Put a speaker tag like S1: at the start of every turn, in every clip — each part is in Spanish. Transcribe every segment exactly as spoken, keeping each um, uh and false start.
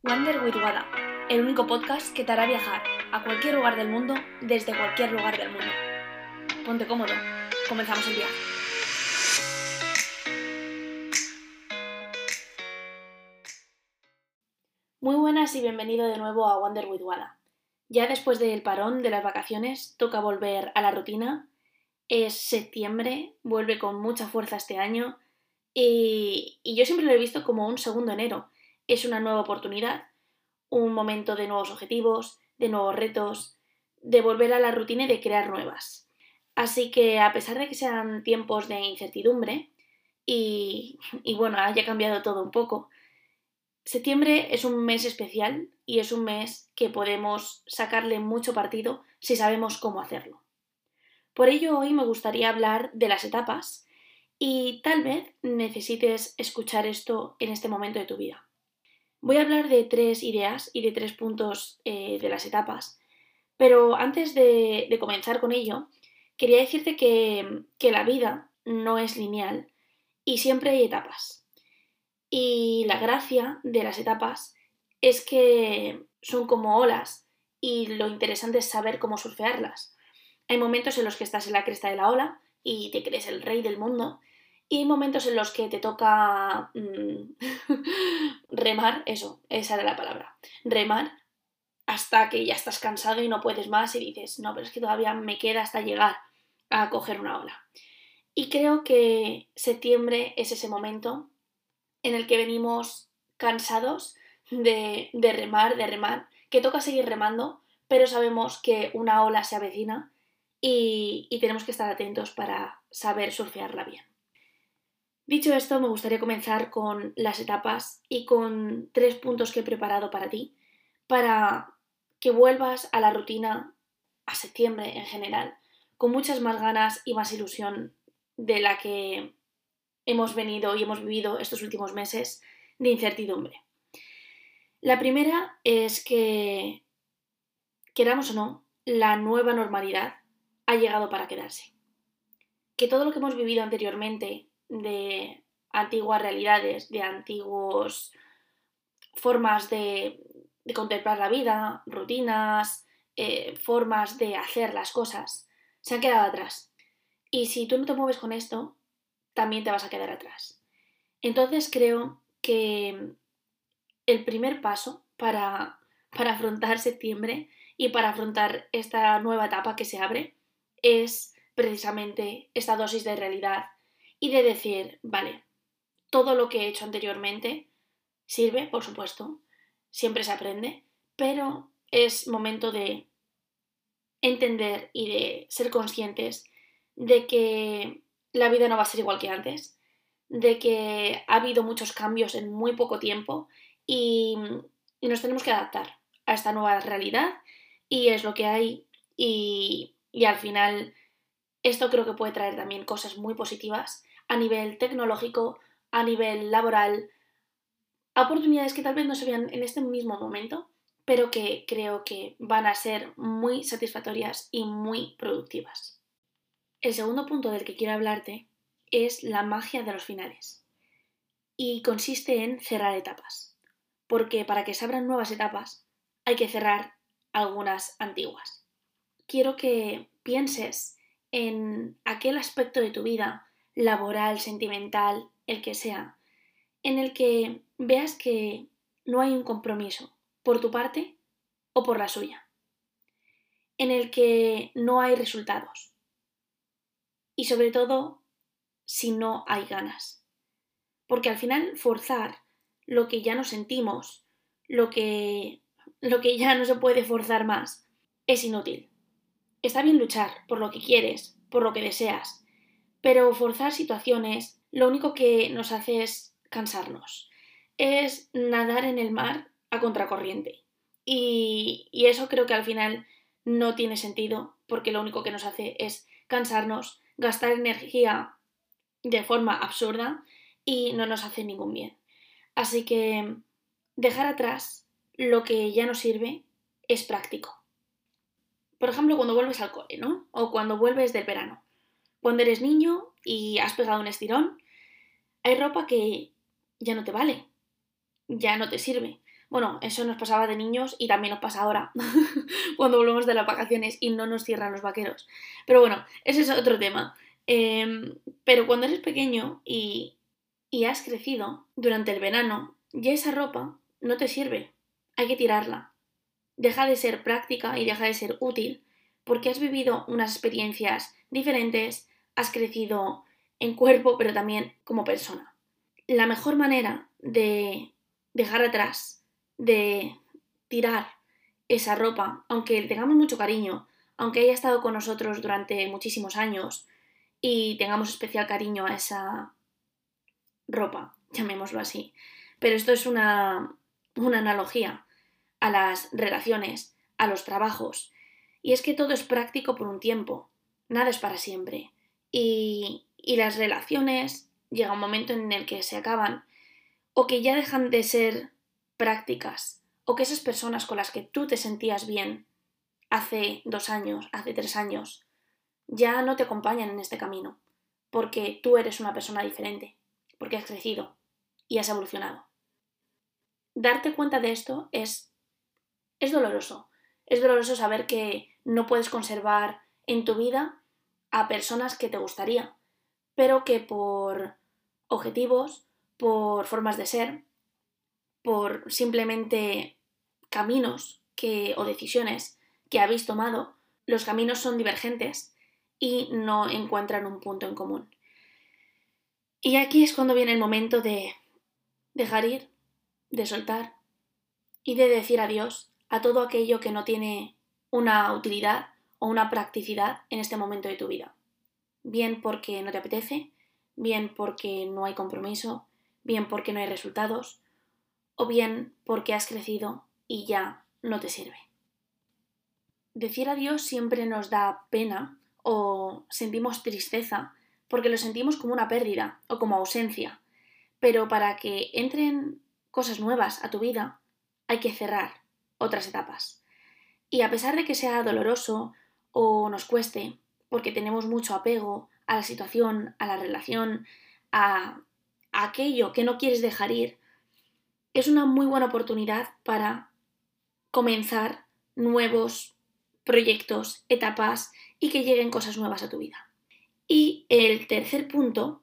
S1: Wander with Wada, el único podcast que te hará viajar a cualquier lugar del mundo desde cualquier lugar del mundo. Ponte cómodo, comenzamos el viaje. Muy buenas y bienvenido de nuevo a Wander with Wada. Ya después del parón de las vacaciones toca volver a la rutina. Es septiembre, vuelve con mucha fuerza este año y, y yo siempre lo he visto como un segundo enero. Es una nueva oportunidad, un momento de nuevos objetivos, de nuevos retos, de volver a la rutina y de crear nuevas. Así que a pesar de que sean tiempos de incertidumbre y, y bueno, haya cambiado todo un poco, septiembre es un mes especial y es un mes que podemos sacarle mucho partido si sabemos cómo hacerlo. Por ello hoy me gustaría hablar de las etapas y tal vez necesites escuchar esto en este momento de tu vida. Voy a hablar de tres ideas y de tres puntos eh, de las etapas, pero antes de, de comenzar con ello, quería decirte que, que la vida no es lineal y siempre hay etapas. Y la gracia de las etapas es que son como olas y lo interesante es saber cómo surfearlas. Hay momentos en los que estás en la cresta de la ola y te crees el rey del mundo, y hay momentos en los que te toca mmm, remar, eso, esa era la palabra, remar hasta que ya estás cansado y no puedes más y dices, no, pero es que todavía me queda hasta llegar a coger una ola. Y creo que septiembre es ese momento en el que venimos cansados de, de remar, de remar, que toca seguir remando, pero sabemos que una ola se avecina y, y tenemos que estar atentos para saber surfearla bien. Dicho esto, me gustaría comenzar con las etapas y con tres puntos que he preparado para ti, para que vuelvas a la rutina, a septiembre en general, con muchas más ganas y más ilusión de la que hemos venido y hemos vivido estos últimos meses de incertidumbre. La primera es que, queramos o no, la nueva normalidad ha llegado para quedarse. Que todo lo que hemos vivido anteriormente de antiguas realidades, de antiguas formas de, de contemplar la vida, rutinas, eh, formas de hacer las cosas, se han quedado atrás. Y si tú no te mueves con esto, también te vas a quedar atrás. Entonces creo que el primer paso para, para afrontar septiembre y para afrontar esta nueva etapa que se abre es precisamente esta dosis de realidad y de decir, vale, todo lo que he hecho anteriormente sirve, por supuesto, siempre se aprende, pero es momento de entender y de ser conscientes de que la vida no va a ser igual que antes, de que ha habido muchos cambios en muy poco tiempo y, y nos tenemos que adaptar a esta nueva realidad y es lo que hay y, y al final esto creo que puede traer también cosas muy positivas a nivel tecnológico, a nivel laboral, a oportunidades que tal vez no se vean en este mismo momento, pero que creo que van a ser muy satisfactorias y muy productivas. El segundo punto del que quiero hablarte es la magia de los finales y consiste en cerrar etapas, porque para que se abran nuevas etapas hay que cerrar algunas antiguas. Quiero que pienses en aquel aspecto de tu vida, laboral, sentimental, el que sea, en el que veas que no hay un compromiso por tu parte o por la suya, en el que no hay resultados y sobre todo si no hay ganas. Porque al final forzar lo que ya no sentimos, lo que, lo que ya no se puede forzar más, es inútil. Está bien luchar por lo que quieres, por lo que deseas, pero forzar situaciones lo único que nos hace es cansarnos. Es nadar en el mar a contracorriente. Y, y eso creo que al final no tiene sentido porque lo único que nos hace es cansarnos, gastar energía de forma absurda y no nos hace ningún bien. Así que dejar atrás lo que ya no sirve es práctico. Por ejemplo, cuando vuelves al cole, ¿no? O cuando vuelves del verano. Cuando eres niño y has pegado un estirón, hay ropa que ya no te vale, ya no te sirve, Bueno, eso nos pasaba de niños y también nos pasa ahora, cuando volvemos de las vacaciones y no nos cierran los vaqueros. Pero bueno, ese es otro tema. Eh, pero cuando eres pequeño y, y has crecido durante el verano, ya esa ropa no te sirve. Hay que tirarla. Deja de ser práctica y deja de ser útil porque has vivido unas experiencias diferentes, has crecido en cuerpo, pero también como persona. La mejor manera de dejar atrás, de tirar esa ropa, aunque le tengamos mucho cariño, aunque haya estado con nosotros durante muchísimos años y tengamos especial cariño a esa ropa, llamémoslo así. Pero esto es una, una analogía a las relaciones, a los trabajos. Y es que todo es práctico por un tiempo, nada es para siempre. Y, y las relaciones llega un momento en el que se acaban o que ya dejan de ser prácticas o que esas personas con las que tú te sentías bien hace dos años, hace tres años, ya no te acompañan en este camino porque tú eres una persona diferente, porque has crecido y has evolucionado. Darte cuenta de esto es, es doloroso. Es doloroso saber que no puedes conservar en tu vida a personas que te gustaría, pero que por objetivos, por formas de ser, por simplemente caminos que, o decisiones que habéis tomado, los caminos son divergentes y no encuentran un punto en común. Y aquí es cuando viene el momento de dejar ir, de soltar y de decir adiós a todo aquello que no tiene una utilidad o una practicidad en este momento de tu vida. Bien porque no te apetece, bien porque no hay compromiso, bien porque no hay resultados, o bien porque has crecido y ya no te sirve. Decir adiós siempre nos da pena o sentimos tristeza porque lo sentimos como una pérdida o como ausencia, pero para que entren cosas nuevas a tu vida hay que cerrar otras etapas. Y a pesar de que sea doloroso o nos cueste, porque tenemos mucho apego a la situación, a la relación, a, a aquello que no quieres dejar ir, es una muy buena oportunidad para comenzar nuevos proyectos, etapas y que lleguen cosas nuevas a tu vida. Y el tercer punto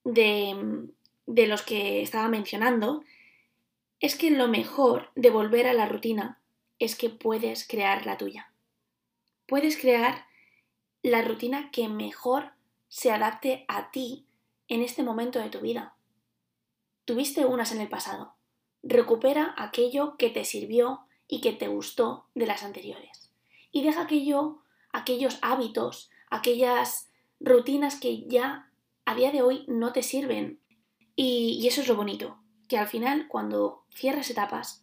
S1: de, de los que estaba mencionando es que lo mejor de volver a la rutina es que puedes crear la tuya. Puedes crear la rutina que mejor se adapte a ti en este momento de tu vida. Tuviste unas en el pasado. Recupera aquello que te sirvió y que te gustó de las anteriores. Y deja aquello, aquellos hábitos, aquellas rutinas que ya a día de hoy no te sirven. Y, y eso es lo bonito, que al final cuando cierras etapas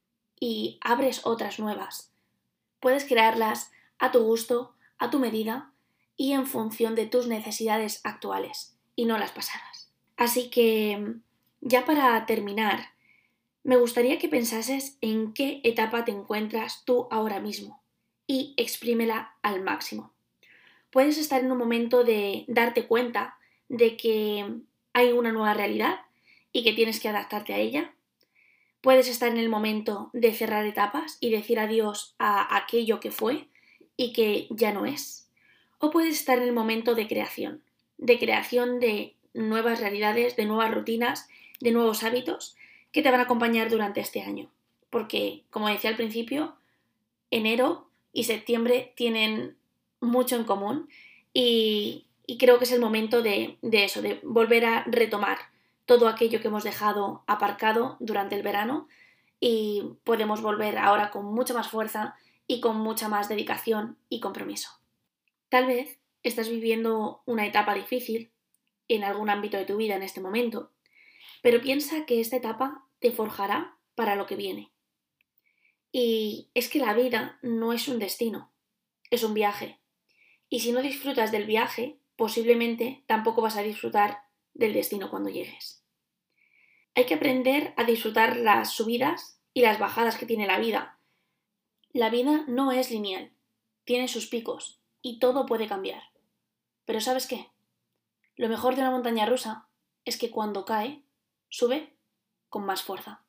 S1: y abres otras nuevas, puedes crearlas a tu gusto, a tu medida y en función de tus necesidades actuales y no las pasadas. Así que, ya para terminar, me gustaría que pensases en qué etapa te encuentras tú ahora mismo y exprímela al máximo. Puedes estar en un momento de darte cuenta de que hay una nueva realidad y que tienes que adaptarte a ella. Puedes estar en el momento de cerrar etapas y decir adiós a aquello que fue y que ya no es. O puedes estar en el momento de creación, de creación de nuevas realidades, de nuevas rutinas, de nuevos hábitos que te van a acompañar durante este año. Porque, como decía al principio, enero y septiembre tienen mucho en común y, y creo que es el momento de, de eso, de volver a retomar todo aquello que hemos dejado aparcado durante el verano y podemos volver ahora con mucha más fuerza y con mucha más dedicación y compromiso. Tal vez estás viviendo una etapa difícil en algún ámbito de tu vida en este momento, pero piensa que esta etapa te forjará para lo que viene. Y es que la vida no es un destino, es un viaje. Y si no disfrutas del viaje, posiblemente tampoco vas a disfrutar del destino cuando llegues. Hay que aprender a disfrutar las subidas y las bajadas que tiene la vida. La vida no es lineal, tiene sus picos y todo puede cambiar. Pero ¿sabes qué? Lo mejor de una montaña rusa es que cuando cae, sube con más fuerza.